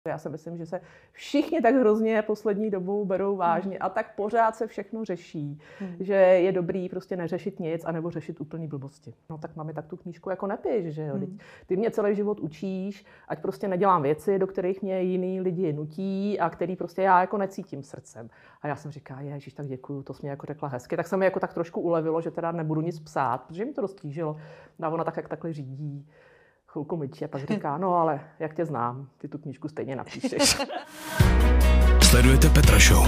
Já si myslím, že se všichni tak hrozně poslední dobou berou vážně a tak pořád se všechno řeší, že je dobrý prostě neřešit nic anebo řešit úplný blbosti. No tak mami, tak tu knížku jako nepiš, že jo. Ty mě celý život učíš, ať prostě nedělám věci, do kterých mě jiný lidi nutí a který prostě já jako necítím srdcem. A já jsem říkala, ježiš, tak děkuju, to jsi mě jako řekla hezky. Tak se mi jako tak trošku ulevilo, že teda nebudu nic psát, protože mi to dost tížilo. A ona tak jak takhle řídí. Chvilku myčí a pak říká, no ale jak tě znám, ty tu knížku stejně napíšeš. Sledujete Petra Show.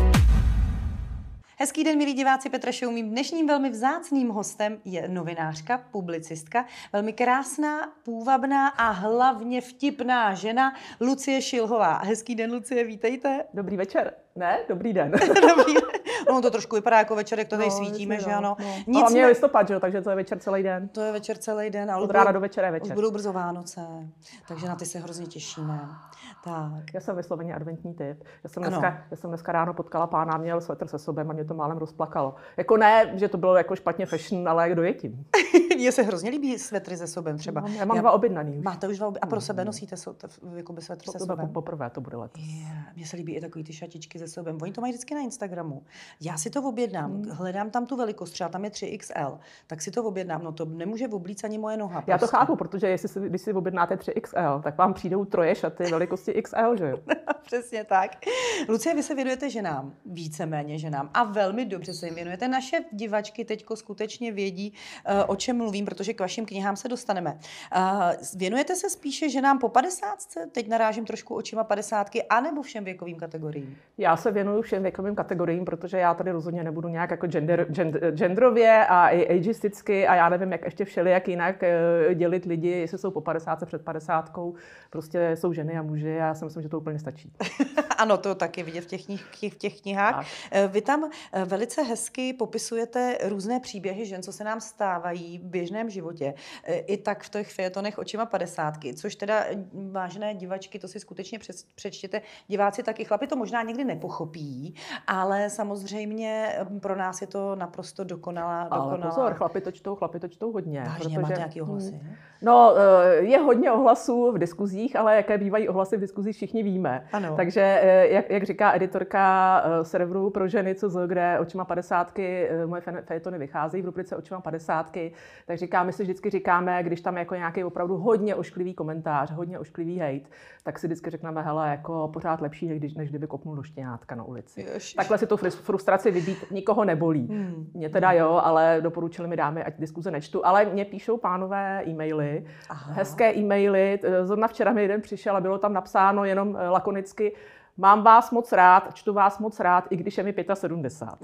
Hezký den, milí diváci Petra Show. Mým dnešním velmi vzácným hostem je novinářka, publicistka, velmi krásná, půvabná a hlavně vtipná žena Lucie Šilhová. Hezký den, Lucie, vítejte. Dobrý večer. Ne, dobrý den. Dobrý den. Ono to trošku vypadá jako večer, jak to tady svítíme, že ano. No. A mě je listopad, že jo, takže to je večer celý den. To je večer celý den. Ale od rána do večera je večer. Už budou brzo Vánoce, takže na ty se hrozně těšíme. Tak. Já jsem vysloveně adventní typ. Já jsem dneska ráno potkala pána, měl svetr se sobem a mě to málem rozplakalo. Jako ne, že to bylo jako špatně fashion, ale kdo je tím? Mně se hrozně líbí svetry se sobem třeba. No, já mám dva objednaný už. Máte už dva objednaný? A pro sebe nosíte jakoby svetr se sobem? Poprvé to bude letos. Mně se líbí i takový ty šatičky se sobem. Oni to mají vždycky na Instagramu. Já si to objednám, hledám tam tu velikost, třeba tam je 3XL, tak si to objednám. No to nemůže oblíct ani moje noha. Já to chápu, protože když si objednáte 3XL, tak vám přijdou troje šaty velikosti XL, že jo? Přesně tak. Lucie, vy se věnujete ženám, víceméně ženám a velmi dobře se jim věnujete. Naše divačky teďko skutečně vědí, o čem mluvím, protože k vašim knihám se dostaneme. Věnujete se spíše ženám po 50? Teď narážím trošku očima 50, anebo všem věkovým kategoriím? Já se věnuju všem věkovým kategoriím, protože já tady rozhodně nebudu nějak jako genderově a i ageisticky a já nevím, jak ještě všelijak jinak dělit lidi, jestli jsou po 50, před 50, prostě jsou ženy a muži a já si myslím, že to úplně stačí. Ano, to taky vidět v těch knihách. Tak. Vy tam velice hezky popisujete různé příběhy žen, co se nám stávají v běžném životě. I tak v těch fejetonech očima 50, což teda, vážené divačky, to si skutečně přečtěte. Diváci taky, chlapi to možná někdy nepochopí, ale samozřejmě pro nás je to naprosto dokonalá. Ale pozor, chlapi to čtou hodně. Vážně, protože, máte nějaký ohlasy? No, je hodně ohlasů v diskuzích, ale jaké bývají ohlasy v diskuzích, všichni víme. Ano. Takže, jak říká editorka serveru pro ženy, kde očima 50 moje fejetony vycházejí v rubrice očima 50, tak my si vždycky říkáme, když tam jako nějaký opravdu hodně ošklivý komentář, hodně ošklivý hejt, tak si vždycky řekneme, hele, jako pořád lepší, než kdyby kopnul do štěňátka na ulici. Ježiš. Takhle si tu frustraci vybít nikoho nebolí. Mě teda jo, ale doporučili mi dámy, ať diskuze nečtu, ale mě píšou pánové e-maily, hezké e-maily. Zrovna včera mi jeden přišel a bylo tam napsáno jenom lakonicky: mám vás moc rád, čtu vás moc rád, i když je mi 75.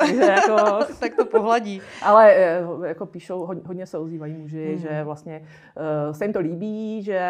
Jako, tak to pohladí. Ale jako píšou, hodně se ozývají muži, že vlastně se jim to líbí, že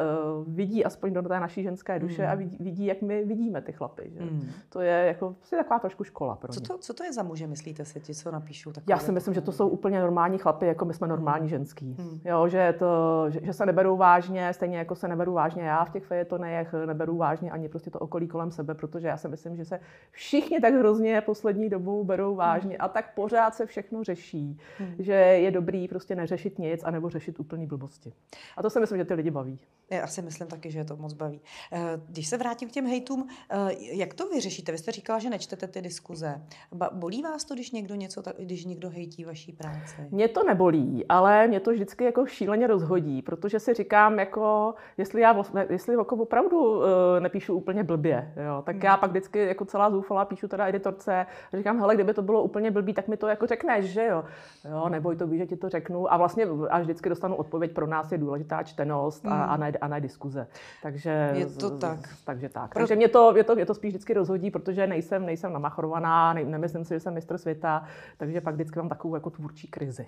vidí aspoň do té naší ženské duše a vidí, jak my vidíme ty chlapy. Že? To je jako taková trošku škola pro ně. Co to je za muže, myslíte si, ti, co napíšou takové? Já si myslím, že to jsou úplně normální chlapy, jako my jsme normální ženský. Jo, že se neberou vážně, stejně jako se neberu vážně já v těch fejetonech, neberu vážně ani prostě to okolí kolem sebe, protože já si myslím, že se všichni tak hrozně poslední dobou berou vážně a tak pořád se všechno řeší, že je dobrý prostě neřešit nic anebo řešit úplný blbosti. A to si myslím, že ty lidi baví. Já si myslím taky, že je to moc baví. Když se vrátím k těm hejtům, jak to vyřešíte? Vy jste říkala, že nečtete ty diskuze. Bolí vás to, když někdo hejtí vaší práci? Mě to nebolí, ale mě to vždycky jako šíleně rozhodí, protože si říkám, jako, jestli jako opravdu nepíšu úplně blbě, jo, tak já pak vždycky jako celá zoufalá píšu teda editorce a říkám, hele, kdyby to bylo úplně blbý, tak mi to jako řekneš, že jo. Jo, neboj to, víš, že ti to řeknu a vlastně až vždycky dostanu odpověď, pro nás je důležitá čtenost a ne diskuze. Takže je to tak. Takže tak. Takže mě to spíš vždycky rozhodí, protože nejsem namachrovaná, nemyslím si, že jsem mistr světa, takže pak vždycky mám takovou jako tvůrčí krizi.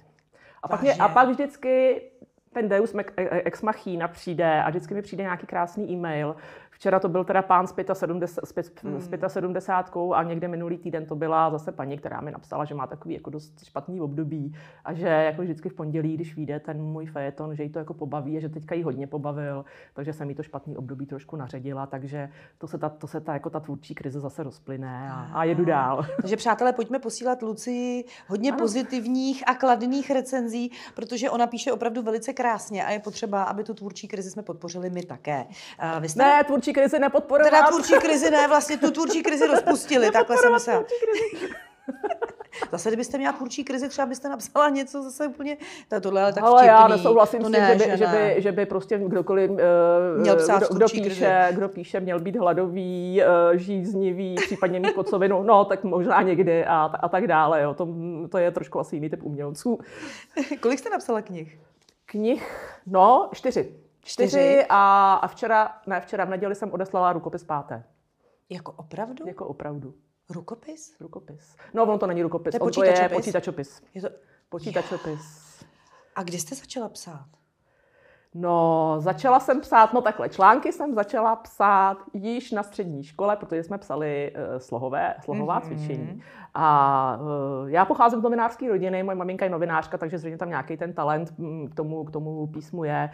A pak vždycky ten Deus ex machina přijde a vždycky mi přijde nějaký krásný e-mail. Včera to byl teda pán s 75 a někde minulý týden to byla zase paní, která mi napsala, že má takový jako dost špatný období a že jako vždycky v pondělí, když vyjde ten můj fejeton, že jí to jako pobaví a že teďka jí hodně pobavil, takže jsem jí to špatný období trošku naředila, takže to se ta tvůrčí krize zase rozplyne a jedu dál. Takže přátelé, pojďme posílat Lucii hodně pozitivních a kladných recenzí, protože ona píše opravdu velice krásně a je potřeba, aby tu tvůrčí krizi jsme podpořili my také. Vy jste... Ne, tvůrčí krizi nepodporovat. Teda tvůrčí krizi ne, vlastně tu tvůrčí krizi rozpustili, takhle jsem myslela. Zase, kdybyste měla tvůrčí krizi, třeba byste napsala něco zase úplně, tohle ale tak vtipný. Ale já nesouhlasím s tím, ne, že by prostě kdokoliv, měl psát kdo píše, měl být hladový, žíznivý, případně mít kocovinu, no tak možná někdy a tak dále. Jo. To je trošku asi jiný typ umělců. Kolik jste napsala knih? Knih? No, 4. 4 a včera v neděli jsem odeslala rukopis 5. Jako opravdu? Jako opravdu. Rukopis? Rukopis. No, on to není rukopis, to je počítačopis. Je to... Počítačopis. A kdy jste začala psát? No, začala jsem psát, no takhle, články jsem začala psát již na střední škole, protože jsme psali slohová cvičení. A já pocházím z novinářské rodiny, moje maminka je novinářka, takže zřejmě tam nějaký ten talent k tomu písmu je.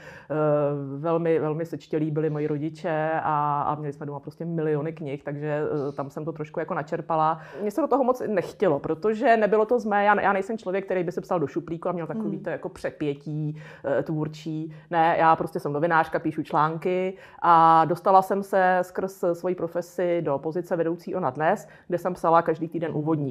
Velmi, velmi sečtělí byli moji rodiče a měli jsme doma prostě miliony knih, takže tam jsem to trošku jako načerpala. Mně se do toho moc nechtělo, protože nebylo to z mé, já nejsem člověk, který by se psal do šuplíku a měl takový to jako přepětí tvůrčí. Ne, já prostě jsem novinářka, píšu články a dostala jsem se skrz svoji profesi do pozice vedoucí Ona dnes, kde jsem psala každý týden úvodníky.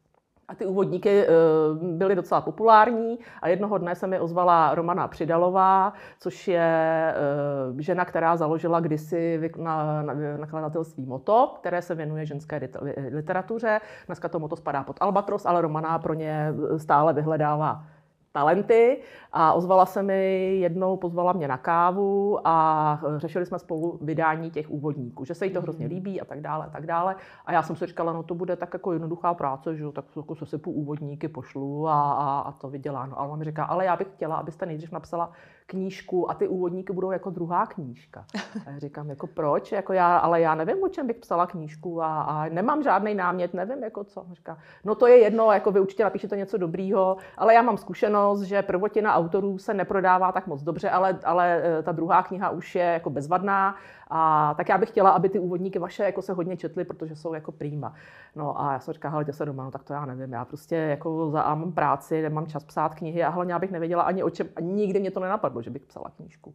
A ty úvodníky byly docela populární a jednoho dne se mi ozvala Romana Přidalová, což je žena, která založila kdysi nakladatelství Moto, které se věnuje ženské literatuře. Dneska to Moto spadá pod Albatros, ale Romana pro ně stále vyhledává talenty a ozvala se mi jednou, pozvala mě na kávu a řešili jsme spolu vydání těch úvodníků, že se jí to hrozně líbí a tak dále, a tak dále. A já jsem si říkala, no to bude tak jako jednoduchá práce, že tak jako sesypu úvodníky, pošlu a to vyděláno. Ale ona mi říká, ale já bych chtěla, abyste nejdřív napsala knížku a ty úvodníky budou jako druhá knížka. A já říkám, jako proč? Jako ale já nevím, o čem bych psala knížku a nemám žádný námět, nevím, jako co. A říká, no to je jedno, jako vy určitě napíšete něco dobrýho, ale já mám zkušenost, že prvotina autorů se neprodává tak moc dobře, ale ta druhá kniha už je jako bezvadná. A tak já bych chtěla, aby ty úvodníky vaše jako se hodně četly, protože jsou jako prýma. No a já jsem říkala, hele, jděte se doma, no tak to já nevím. Já prostě jako mám práci, nemám čas psát knihy a hlavně já bych nevěděla ani o čem, ani nikdy mě to nenapadlo, že bych psala knížku.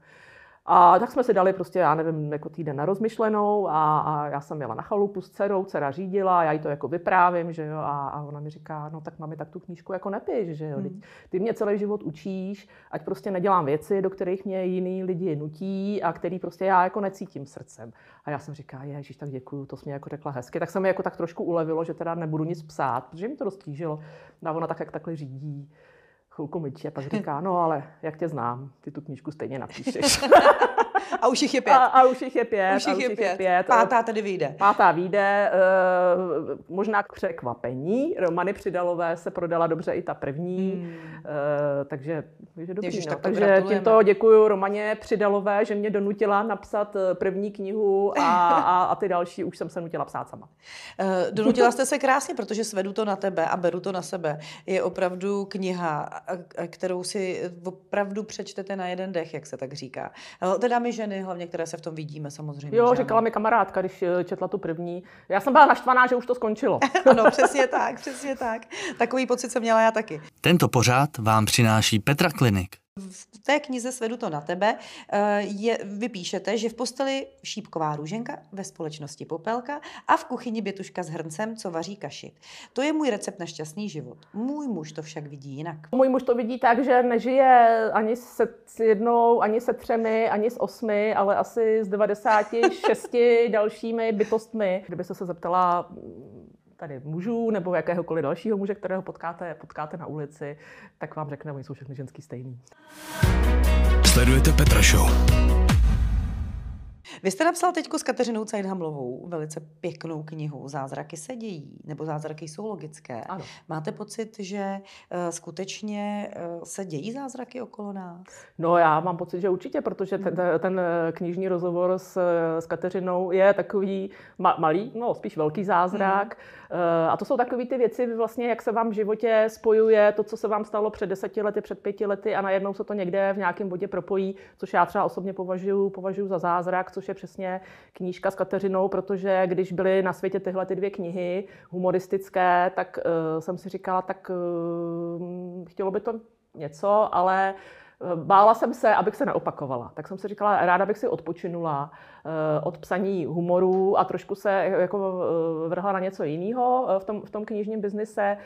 A tak jsme si dali prostě, já nevím, jako týden na rozmyšlenou a já jsem jela na chalupu s dcerou, dcera řídila, já jí to jako vyprávím, že jo, a ona mi říká, no tak mami, tak tu knížku jako nepiš, že jo, ty mě celý život učíš, ať prostě nedělám věci, do kterých mě jiný lidi nutí a který prostě já jako necítím srdcem. A já jsem říká, ježiš, tak děkuju, to jsi mě jako řekla hezky, tak se mi jako tak trošku ulevilo, že teda nebudu nic psát, protože mi to dost tížilo. A ona tak jak takhle řídí. Chvilku myčí a pak říká, no ale jak tě znám, ty tu knížku stejně napíšeš. A už jich je 5. A už jich je 5. Už jich je 5. Pátá tedy vyjde. Pátá vyjde. Možná k překvapení. Romany Přidalové se prodala dobře i ta první. Takže dobrý. Ježiš, tak takže tímto děkuju Romaně Přidalové, že mě donutila napsat první knihu a ty další už jsem se nutila psát sama. Donutila jste se krásně, protože Svedu to na tebe a beru to na sebe. Je opravdu kniha, kterou si opravdu přečtete na jeden dech, jak se tak říká. Teda my ženy, hlavně, které se v tom vidíme samozřejmě. Jo, říkala mi kamarádka, když četla tu první. Já jsem byla naštvaná, že už to skončilo. Ano, přesně tak, přesně tak. Takový pocit jsem měla já taky. Tento pořad vám přináší Petra Klinik. V té knize Svedu to na tebe vy píšete, že v posteli šípková růženka, ve společnosti popelka a v kuchyni bětuška s hrncem, co vaří kaši. To je můj recept na šťastný život. Můj muž to však vidí jinak. Můj muž to vidí tak, že nežije ani s jednou, ani se 3, ani s 8, ale asi s 96 dalšími bytostmi. Kdyby se zeptala tady mužů nebo jakéhokoliv dalšího muže, kterého potkáte na ulici, tak vám řekne, oni jsou všechny ženský stejný. Sledujete Petra Show. Vy jste napsal teďko s Kateřinou Caidhamlovou velice pěknou knihu Zázraky se dějí, nebo zázraky jsou logické. Ano. Máte pocit, že skutečně se dějí zázraky okolo nás? No já mám pocit, že určitě, protože ten knižní rozhovor s Kateřinou je takový malý, no spíš velký zázrak. A to jsou takové ty věci, vlastně, jak se vám v životě spojuje to, co se vám stalo před 10 lety, před 5 lety a najednou se to někde v nějakém bodě propojí, což já třeba osobně považuji za zázrak, což je přesně knížka s Kateřinou, protože když byly na světě tyhle ty 2 knihy humoristické, tak jsem si říkala, tak chtělo by to něco, ale Bála jsem se, abych se neopakovala. Tak jsem si říkala, ráda bych si odpočinula od psaní humoru a trošku se jako vrhla na něco jiného v tom knižním biznise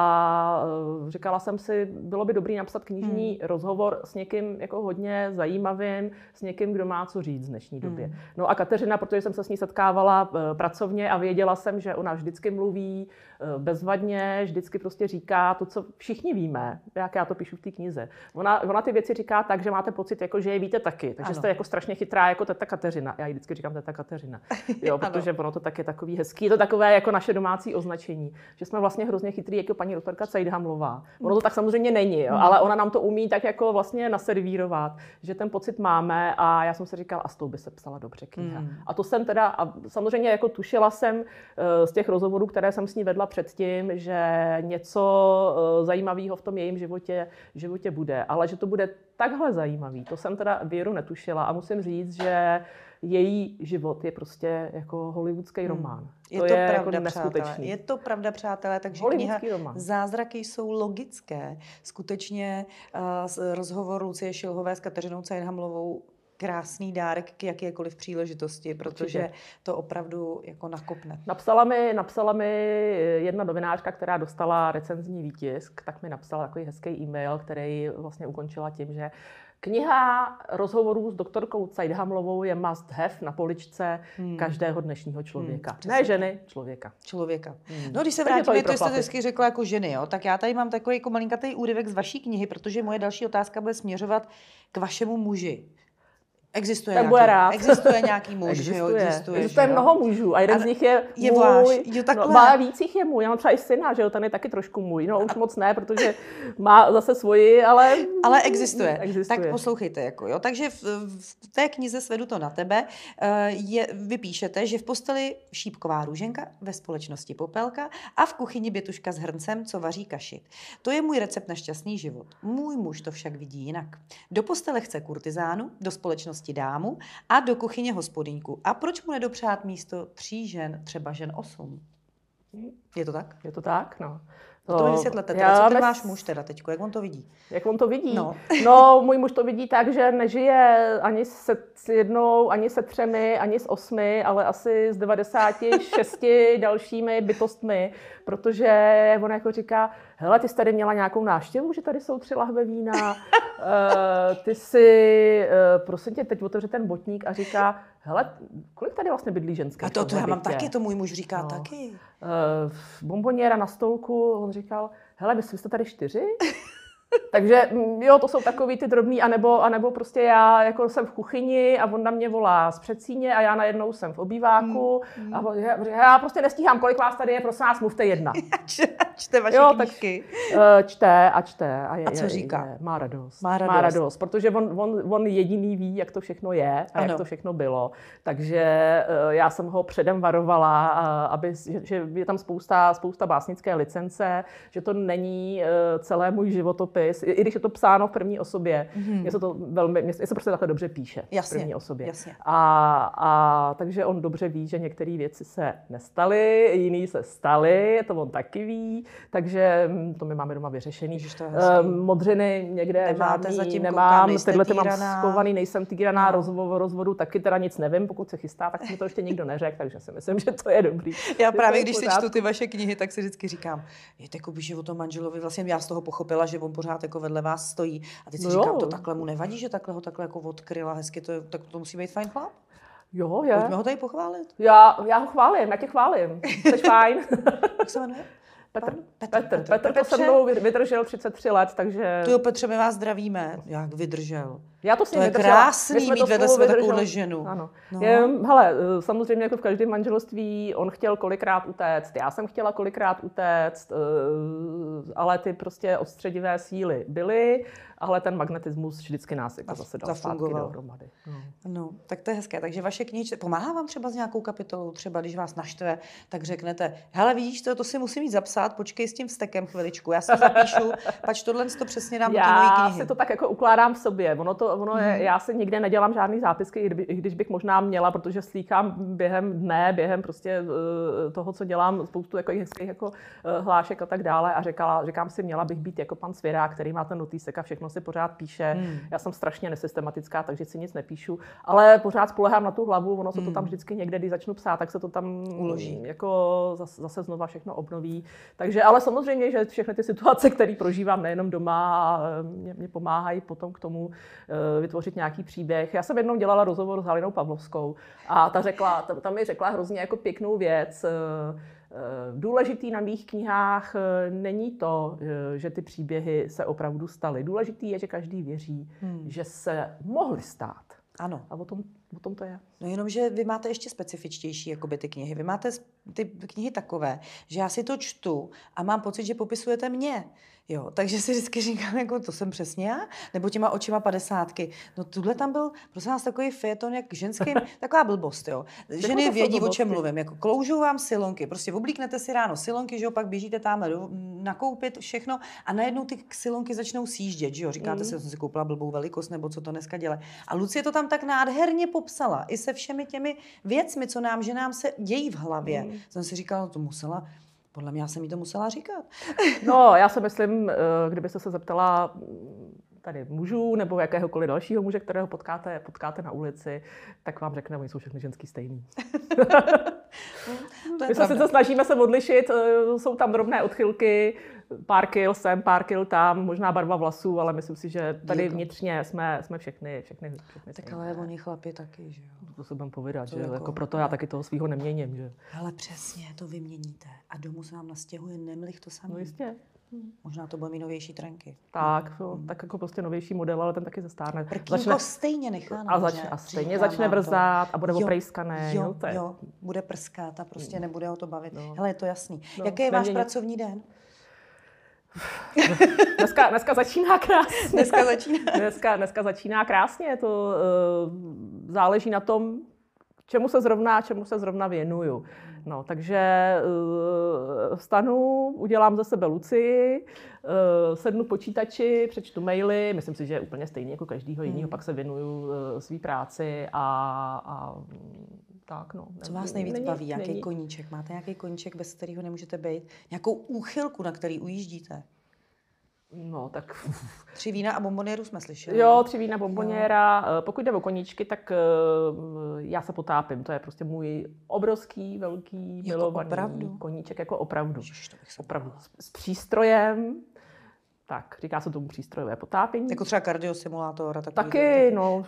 a říkala jsem si, bylo by dobrý napsat knižní rozhovor s někým jako hodně zajímavým, s někým, kdo má co říct v dnešní době. No a Kateřina, protože jsem se s ní setkávala pracovně a věděla jsem, že ona vždycky mluví bezvadně, vždycky prostě říká to, co všichni víme, jak já to píšu v té knize. Ona ty věci říká tak, že máte pocit, jako, že je víte taky, takže jste jako strašně chytrá jako teta Kateřina. Já jí vždycky říkám teta Kateřina, jo, protože ono to tak je takový hezký. Je to takové jako naše domácí označení, že jsme vlastně hrozně chytrý jako paní doktorka Cajdhamlová. Ono to tak samozřejmě není, jo, ale ona nám to umí tak jako vlastně naservírovat, že ten pocit máme a já jsem si říkala, a s tou by se psala dobře kniha. A to jsem teda, a samozřejmě jako tušila jsem z těch rozhovorů, které jsem s ní vedla předtím, že něco zajímavého v tom jejím životě bude, ale že to bude takhle zajímavý, to jsem teda Věru netušila a musím říct, že její život je prostě jako hollywoodský román. Je to pravda, jako neskutečný. Přátelé. Je to pravda, přátelé, takže kniha Zázraky jsou logické. Skutečně z rozhovoru Lucie Šilhové s Kateřinou Cajdhamlovou krásný dárek k jakékoliv příležitosti, protože to opravdu jako nakopne. Napsala mi jedna novinářka, která dostala recenzní výtisk, tak mi napsala takový hezký e-mail, který vlastně ukončila tím, že kniha rozhovorů s doktorkou Cajdhamlovou je must have na poličce každého dnešního člověka. Ne ženy, člověka. No, když se vrátíme, to jste vždycky řekla jako ženy, jo? Tak já tady mám takový jako malinkatý úryvek z vaší knihy, protože moje další otázka bude směřovat k vašemu muži. Existuje nějaký muž, Existuje mnoho mužů a jeden z nich je můj. Váš. Víc jich je můj. Já mám třeba i syna, že jo, ten je taky trošku můj. No už moc ne, protože má zase svoji, ale existuje. Tak poslouchejte, jako jo. Takže v té knize Svedu to na tebe vy píšete, že v posteli šípková růženka, ve společnosti popelka a v kuchyni bětuška s hrncem, co vaří kaši. To je můj recept na šťastný život. Můj muž to však vidí jinak. Do postele chce kurtizánu, do společnosti dámu a do kuchyně hospodyňku. A proč mu nedopřát místo 3 žen, třeba žen 8? Je to tak? Je to tak, no. To mi vysvětlete, co ten váš muž teda teďko, jak on to vidí? Jak on to vidí? No, můj muž to vidí tak, že nežije ani s jednou, ani se 3, ani s 8, ale asi s 96 dalšími bytostmi, protože on jako říká, hele, ty jsi tady měla nějakou návštěvu, že tady jsou 3 lahve vína, ty si, prosím tě, teď otevře ten botník a říká, hele, kolik tady vlastně bydlí ženské? A to já mám taky, to můj muž říká taky. Bomboněra na stolku, on říkal, hele, vy jste tady 4? Takže jo, to jsou takový ty drobný, anebo prostě já jako jsem v kuchyni a on na mě volá z předsíně a já najednou jsem v obýváku a já prostě nestíhám, kolik vás tady je, prosím vás, mluvte jedna. Čte vaše knížky. Čte. A co říká? Má radost, protože on jediný ví, jak to všechno je a jak to všechno bylo. Takže já jsem ho předem varovala, že je tam spousta básnické licence, že to není celé můj životopis, i když je to psáno v první osobě, mně se prostě takhle dobře píše v první osobě. Jasně. A takže on dobře ví, že některé věci se nestaly, jiný se staly, to on taky ví, takže to my máme doma vyřešený. Modřiny někde žádný nemám, tyhle ty mám schovaný, nejsem týraná, rozvodu taky teda nic nevím, pokud se chystá, tak mi to ještě nikdo neřekl, takže si myslím, že to je dobrý. Já právě, když si čtu ty vaše knihy, tak si vždycky říkám, že o tom manželovi, vlastně já z toho pochopila, že on pořád jako vedle vás stojí. A teď si říkám, to takhle mu nevadí, že takhle ho takhle jako odkryla hezky, tak to musí být fajn chlap. Jo, je. Pojďme ho tady pochválit. Já ho chválím, já tě chválím. Jsi fajn. Jak se jmenuje? Petr to se mnou vydržel 33 let, takže... Ty Petře, my vás zdravíme. Jak vydržel? Já to s ním vydržela. Krásný mít vedle sebe takovouhle ženu. Ano. Hele, samozřejmě jako v každém manželství on chtěl kolikrát utéct, já jsem chtěla kolikrát utéct, ale ty prostě odstředivé síly byly, ale ten magnetismus vždycky nás jako zase dal zpátky dohromady. No, tak to je hezké. Takže vaše knížka pomáhá vám třeba s nějakou kapitolou, třeba když vás naštve, tak řeknete, hele, vidíš to si musím jít zapsat, počkej s tím vztekem chviličku, já si to zapíšu, pač tohle to přesně dám do mojí knihy. Já si to tak jako ukládám v sobě. Ono to já si nikde nedělám žádný zápisky, i když bych možná měla, protože slýchám během dne, během prostě toho, co dělám, spoustu jako hezkých jako hlášek a tak dále a říkám si, měla bych být jako pan Svěrák, který má ten notýsek a všechno si pořád píše. Já jsem strašně nesystematická, takže si nic nepíšu, ale pořád spolehám na tu hlavu, ono se to tam vždycky někde, když začnu psát, tak se to tam uloží. Jako zase znova všechno obnoví. Takže ale samozřejmě, že všechny ty situace, které prožívám nejenom doma, mě pomáhají potom k tomu vytvořit nějaký příběh. Já jsem jednou dělala rozhovor s Halinou Pavlovskou a ta mi řekla hrozně jako pěknou věc. Důležitý na mých knihách není to, že ty příběhy se opravdu staly. Důležitý je, že každý věří, že se mohly stát. Ano. A o tom to je. No jenom, že vy máte ještě specifičtější jakoby ty knihy. Vy máte ty knihy takové, že já si to čtu a mám pocit, že popisujete mě. Jo, takže si vždycky říkám, jako to jsem přesně já, nebo těma očima 50. No tuhle tam byl, prosím vás, takový fejeton jak ženským, taková blbost, jo. Ženy vědí, o čem mluvím, jako kloužou vám silonky, prostě oblíknete si ráno silonky, že jo, pak běžíte tamhle nakoupit všechno a najednou ty silonky začnou sjíždět, že jo. Říkáte si, že jsem si koupila blbou velikost, nebo co to dneska dělá. A Lucie to tam tak nádherně popsala, i se všemi těmi věcmi, co ženám se dějí v hlavě. Jsem si říkala, no to musela. Podle mě já jsem jí to musela říkat. No, já si myslím, kdybyste se zeptala tady mužů nebo jakéhokoliv dalšího muže, kterého potkáte na ulici, tak vám řekne, oni jsou všechny ženský stejný. My se sice snažíme se odlišit, jsou tam drobné odchylky, pár kil sem, pár kil tam, možná barva vlasů, ale myslím si, že tady vnitřně jsme všechny tak ale oni chlapi taky, že jo. To se budem povídat, že jako, proto já taky toho svýho neměním, že. Ale přesně, to vyměníte a domů se vám nastěhuje nemlich to samé. No jistě. Možná to bude mít novější trenky. Tak, tak jako prostě novější model, ale ten taky zestárne. Prkínko stejně nechá na a stejně začne brzát a bude oprejskané. Jo, bude prskat a prostě nebude ho to bavit. No. Hele, je to jasný. Jaký je váš pracovní den? Dneska začíná krásně. Dneska začíná krásně. To záleží na tom, čemu se zrovna věnuju. No, takže vstanu, udělám za sebe Lucii, sednu k počítači, přečtu maily, myslím si, že je úplně stejný jako každýho jiného, pak se věnuju své práci a tak, no. Co vás nejvíc baví? Jaký koníček? Máte nějaký koníček, bez kterého nemůžete být? Nějakou úchylku, na který ujíždíte? No, tak... 3 vína a bombonéru jsme slyšeli. Jo, 3 vína bombonéra. Pokud jde o koníčky, tak já se potápím. To je prostě můj obrovský, velký, jako milovaný opravdu? koníček. Jako opravdu. Ježiš, opravdu. S přístrojem. Tak, říká se tomu přístrojové potápění. Jako třeba kardiosimulátor a takový. Taky, no.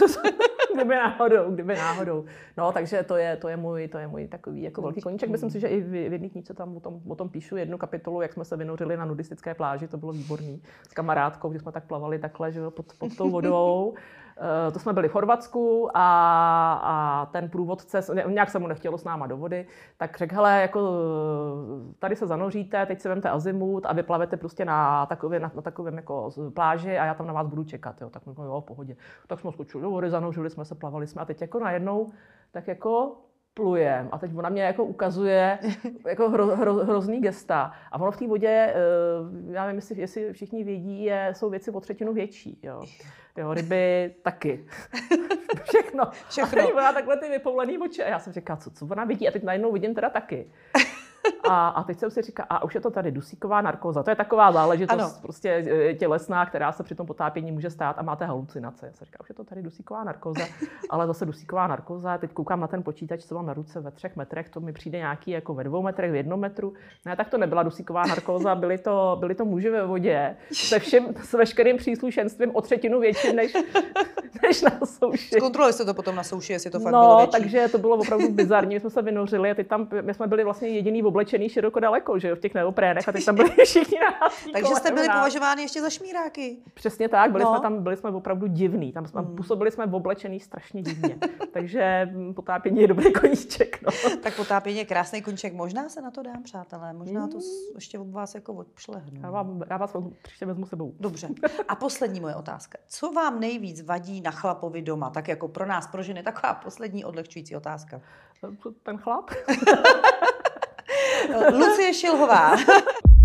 Kdyby náhodou. No, takže to je můj takový jako velký koníček. Myslím si, že i v jedné knížce tam o tom píšu jednu kapitolu, jak jsme se vynořili na nudistické pláži, to bylo výborný. S kamarádkou, že jsme tak plavali takhle, že pod tou vodou. To jsme byli v Chorvatsku a ten průvodce, nějak se mu nechtělo s náma do vody, tak řekl, hele, jako tady se zanoříte, teď si vemte azimut a vyplavete prostě na takovém jako pláži a já tam na vás budu čekat. Jo. Tak my jo, v pohodě. Tak jsme skočili do vody, zanořili jsme se, plavali jsme a teď jako najednou tak jako plujem. A teď ona mě jako ukazuje jako hrozný gesta. A ono v té vodě, já nevím, jestli všichni vědí, jsou věci o 3 větší. Jo, ryby taky. Všechno. A teď ona takhle ty vypoulený oči. A já jsem říkala, co ona vidí? A teď najednou vidím teda taky. A teď jsem si říkala, a už je to tady dusíková narkóza. To je taková záležitost prostě tělesná, která se při tom potápění může stát a máte halucinace. Já jsem říkala, už je to tady dusíková narkóza, ale zase dusíková narkóza. Teď koukám na ten počítač, co mám na ruce ve 3 metrech, to mi přijde nějaký jako ve 2 metrech, v 1 metru. Ne, tak to nebyla dusíková narkóza, byly to muži ve vodě s veškerým příslušenstvím o 3 větší než na souši. Zkontrolovali jste to potom na souši, jestli to fakt bylo větší. Takže to bylo opravdu bizarní. My jsme se vynořili a teď tam my jsme byli vlastně jediný oblečený široko daleko, že jo, v těch neoprénech a teď tam byli všichni nahátí. Takže jste byli považováni ještě za šmíráky. Přesně tak, byli jsme opravdu divní. Tam působili jsme oblečený strašně divně. Takže potápění je dobrý koníček, no. Tak potápění je krásný koníček. Možná se na to dám, přátelé. Možná to ještě od vás jako odšlehnu. Já vás příště vezmu sebou. Dobře. A poslední moje otázka. Co vám nejvíc vadí na chlapovi doma? Tak jako pro nás, pro ženy, taková poslední odlehčující otázka. Ten chlap? Lucie Šilhová.